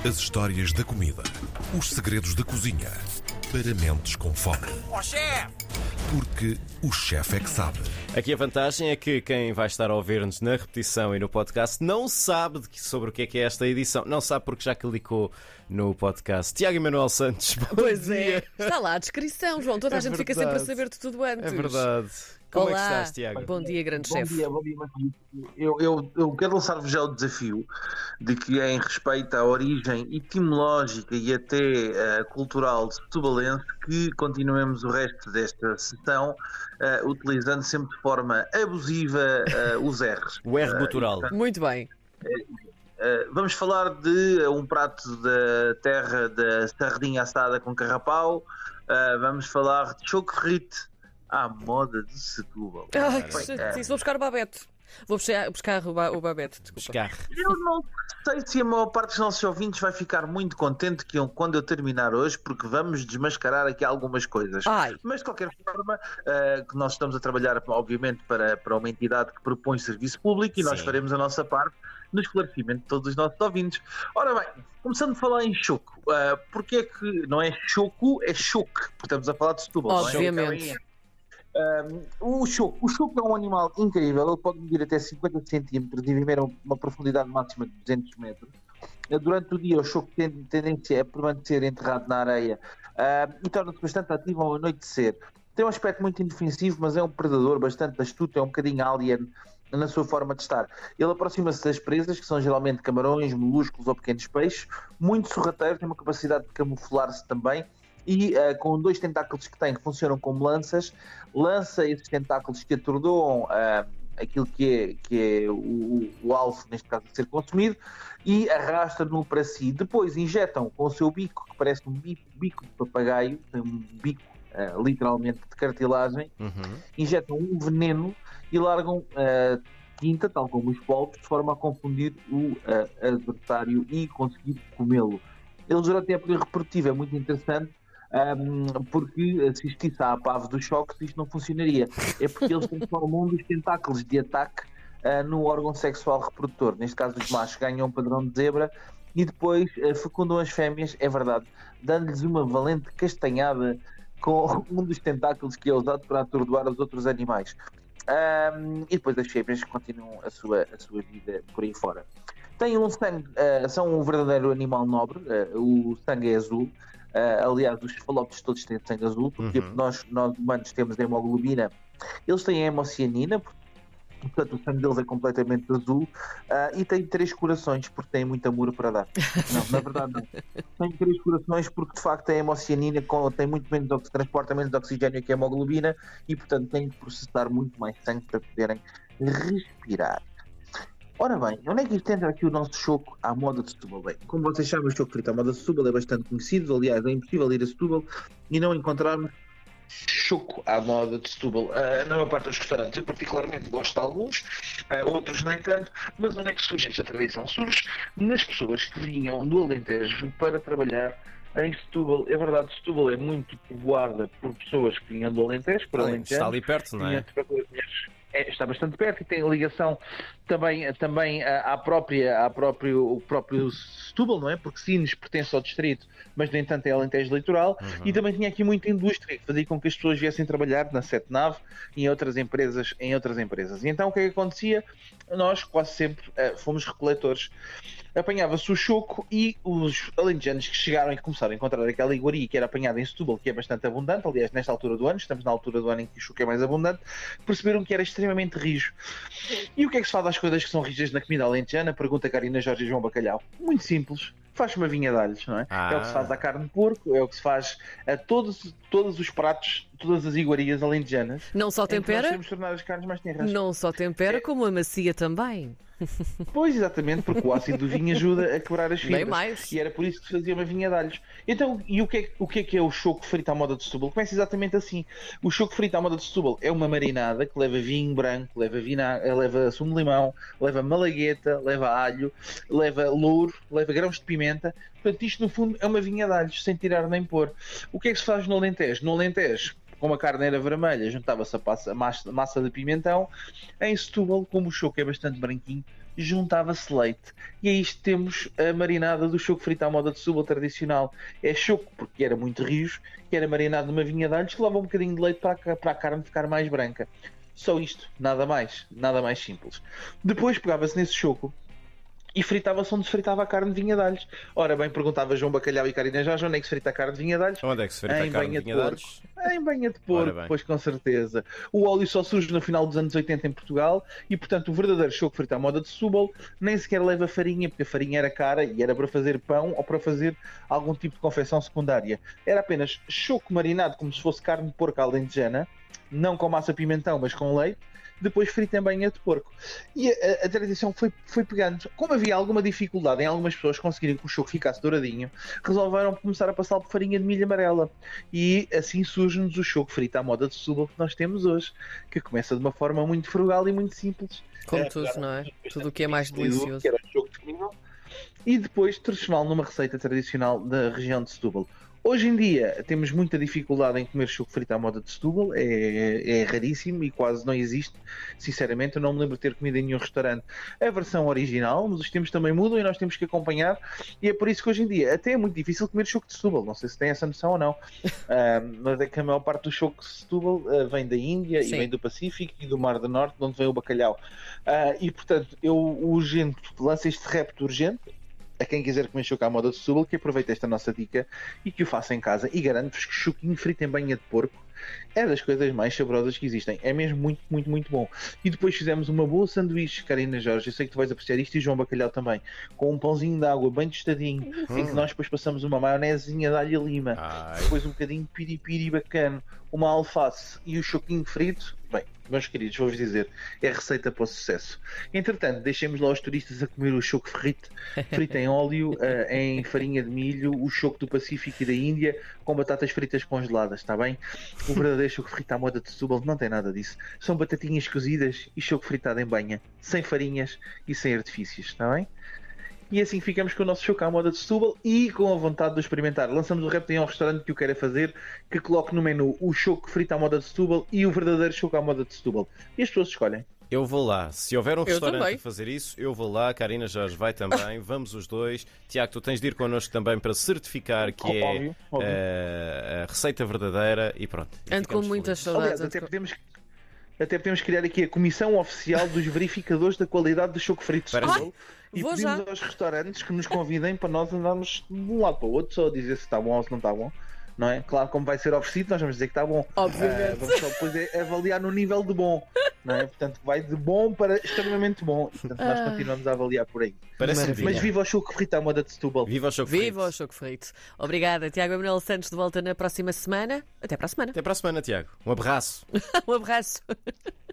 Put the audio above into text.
As histórias da comida. Os segredos da cozinha. Para mentes com fome. Ó chefe! Porque o chefe é que sabe. Aqui a vantagem é que quem vai estar a ouvir-nos na repetição e no podcast não sabe sobre o que é esta edição. Não sabe porque já clicou no podcast. Tiago Emanuel Santos, bom Pois dia. é, está lá a descrição, João. Toda a gente fica sempre a saber de tudo antes. É verdade. Como Olá. é que estás, Tiago? Bom dia, grande Bom chefe. dia, bom dia, eu quero lançar-vos já o desafio de que, em respeito à origem etimológica e até cultural setubalense, que continuemos o resto desta sessão utilizando sempre de forma abusiva os R's. O R gutural. Muito bem. Vamos falar de um prato da terra da sardinha assada com carrapau. Vamos falar de choco-rite à moda de Setúbal. Ai, que chatice. Vou buscar o Babete. Vou buscar o Babete, desculpa. Escarre. Eu não sei se a maior parte dos nossos ouvintes vai ficar muito contente quando eu terminar hoje, porque vamos desmascarar aqui algumas coisas. Ai. Mas, de qualquer forma, que nós estamos a trabalhar, obviamente, para uma entidade que propõe serviço público e nós Sim. faremos a nossa parte no esclarecimento de todos os nossos ouvintes. Ora bem, começando a falar em choco, porque é que não é choco, é choque, porque estamos a falar de Setúbal, Obviamente. não é? O choco é um animal incrível, ele pode medir até 50 centímetros e viver a uma profundidade máxima de 200 metros. Durante o dia o choco tem tendência a permanecer enterrado na areia e torna-se bastante ativo ao anoitecer. Tem um aspecto muito indefensivo, mas é um predador bastante astuto, é um bocadinho alien na sua forma de estar. Ele aproxima-se das presas, que são geralmente camarões, moluscos ou pequenos peixes, muito sorrateiro, tem uma capacidade de camuflar-se também. E com dois tentáculos que tem, que funcionam como lança esses tentáculos que atordoam aquilo que é o alvo, neste caso, a ser consumido, e arrasta-no para si. Depois injetam com o seu bico, que parece um bico de papagaio, tem um bico literalmente de cartilagem, injetam um veneno e largam tinta, tal como os polvos, de forma a confundir o adversário e conseguir comê-lo. Eles durante a época reprodutiva é muito interessante, porque se existisse a apave dos choques isto não funcionaria. É porque eles transformam um dos tentáculos de ataque no órgão sexual reprodutor. Neste caso os machos ganham um padrão de zebra e depois fecundam as fêmeas, é verdade, dando-lhes uma valente castanhada com um dos tentáculos que é usado para atordoar os outros animais. E depois as fêmeas continuam a sua vida por aí fora. Têm um sangue, são um verdadeiro animal nobre, o sangue é azul. Aliás, os cefalópodes todos têm sangue azul, porque nós humanos temos hemoglobina, eles têm hemocianina, portanto o sangue deles é completamente azul, e tem 3 corações, porque têm muito amor para dar. Não, na verdade não. Tem 3 corações porque de facto a hemocianina tem muito menos, transporta menos oxigênio que a hemoglobina e portanto têm que processar muito mais sangue para poderem respirar. Ora bem, onde é que isto entra aqui o nosso choco à moda de Setúbal? Bem, como vocês sabem, o choco frito à moda de Setúbal é bastante conhecido. Aliás, é impossível ir a Setúbal e não encontrarmos choco à moda de Setúbal. Na maior parte dos restaurantes, eu particularmente gosto de alguns, outros nem tanto, mas onde é que surge esta tradição? Surge nas pessoas que vinham do Alentejo para trabalhar em Setúbal. É verdade, Setúbal é muito povoada por pessoas que vinham do Alentejo, por Alentejo. Está ali perto, não é? Está bastante perto e tem ligação também ao próprio Setúbal, não é? Porque Sines pertence ao distrito, mas no entanto é Alentejo Litoral, e também tinha aqui muita indústria que fazia com que as pessoas viessem trabalhar na Sete Nave e em outras empresas. E então o que é que acontecia? Nós quase sempre fomos recoletores. Apanhava-se o choco e os alentejanos que chegaram e começaram a encontrar aquela iguaria que era apanhada em Setúbal, que é bastante abundante, aliás, nesta altura do ano, estamos na altura do ano em que o choco é mais abundante, perceberam que era extremamente rijo. E o que é que se faz às coisas que são rijas na comida alentejana? Pergunta Karina Jorge e João Bacalhau. Muito simples. Faz uma vinha de alhos, não é? É o que se faz à carne de porco, é o que se faz a todos os pratos, todas as iguarias alentejanas. Não só tempera, nós temos tornar as carnes mais tenras. não só tempera, como amacia também. Pois, exatamente, porque o ácido do vinho ajuda a quebrar as fibras. Bem mais. E era por isso que se fazia uma vinha de alhos. Então, e o que é o choco frito à moda de Setúbal? Começa exatamente assim. O choco frito à moda de Setúbal é uma marinada que leva vinho branco, leva sumo de limão, leva malagueta, leva alho, leva louro, leva grãos de pimenta. Portanto, isto no fundo é uma vinha de alhos, sem tirar nem pôr. O que é que se faz no Alentejo? No Alentejo, como a carne era vermelha, juntava-se a massa de pimentão. Em Setúbal, como o choco é bastante branquinho, juntava-se leite. E a isto temos a marinada do choco frito à moda de Setúbal tradicional. É choco porque era muito rijo, que era marinado numa vinha de alhos que levava um bocadinho de leite para a carne ficar mais branca. Só isto, nada mais simples. Depois pegava-se nesse choco e fritava-se onde se fritava a carne de vinha de alhos. Ora bem, perguntava João Bacalhau e Karina Jorge onde é que se frita a carne de vinha de alhos? Onde é que se frita a carne de vinha de alhos? Em banha de porco, pois com certeza. O óleo só surge no final dos anos 80 em Portugal e, portanto, o verdadeiro choco frito à moda de Setúbal nem sequer leva farinha, porque a farinha era cara e era para fazer pão ou para fazer algum tipo de confecção secundária. Era apenas choco marinado como se fosse carne de porco alentejana, não com massa pimentão, mas com leite, depois frito em banha de porco. E a tradição foi pegando. Como havia alguma dificuldade em algumas pessoas conseguirem que o choco ficasse douradinho, resolveram começar a passá-lo por farinha de milho amarela. E assim surge-nos o choco frito à moda de Setúbal que nós temos hoje, que começa de uma forma muito frugal e muito simples. Como tudo, não é? Tudo o que é mais delicioso. Que era o choco disponível. E depois tradicional numa receita tradicional da região de Setúbal. Hoje em dia temos muita dificuldade em comer choco frito à moda de Setúbal, é raríssimo e quase não existe. Sinceramente, eu não me lembro de ter comido em nenhum restaurante a versão original, mas os tempos também mudam e nós temos que acompanhar. E é por isso que hoje em dia até é muito difícil comer choco de Setúbal. Não sei se tem essa noção ou não, mas é que a maior parte do choco de Setúbal vem da Índia. Sim. E vem do Pacífico e do Mar do Norte, de onde vem o bacalhau. E portanto, eu urgente lanço este repto urgente a quem quiser comer choco à moda de Setúbal, que aproveite esta nossa dica e que o faça em casa. E garanto-vos que choquinho frito em banha de porco é das coisas mais saborosas que existem. É mesmo muito, muito, muito bom. E depois fizemos uma boa sanduíche, Karina Jorge, eu sei que tu vais apreciar isto, e João Bacalhau também, com um pãozinho de água bem tostadinho, em que nós depois passamos uma maionezinha de alho e lima, depois um bocadinho de piripiri bacana, uma alface e o choquinho frito. Bem, meus queridos, vou-vos dizer, é receita para o sucesso. Entretanto, deixemos lá os turistas a comer o choco frito em óleo, em farinha de milho, o choco do Pacífico e da Índia, com batatas fritas congeladas, está bem? O verdadeiro choco frito à moda de Setúbal não tem nada disso. São batatinhas cozidas e choco fritado em banha, sem farinhas e sem artifícios, está bem? E assim ficamos com o nosso choco à moda de Setúbal e com a vontade de experimentar. Lançamos o repto em um restaurante que o queira fazer, que coloque no menu o choco frito à moda de Setúbal e o verdadeiro choco à moda de Setúbal. E as pessoas escolhem. Eu vou lá. Se houver um restaurante também a fazer isso, eu vou lá. Karina Jorge vai também. Vamos os dois. Tiago, tu tens de ir connosco também para certificar que óbvio. A receita verdadeira e pronto. Ando com muitas saudades. Aliás, até podemos criar aqui a comissão oficial dos verificadores da qualidade do choco frito de Setúbal. E pedimos aos restaurantes que nos convidem para nós andarmos de um lado para o outro, só a dizer se está bom ou se não está bom. Não é? Claro, como vai ser oferecido, nós vamos dizer que está bom. Obviamente. Vamos só depois avaliar no nível de bom. Não é? Portanto, vai de bom para extremamente bom. E, portanto, nós continuamos a avaliar por aí. Mas viva o choco frito à moda de Setúbal. Viva o choco frito. Viva o choco frito. Obrigada, Tiago Emanuel Santos, de volta na próxima semana. Até para a semana. Até para a semana, Tiago. Um abraço. Um abraço.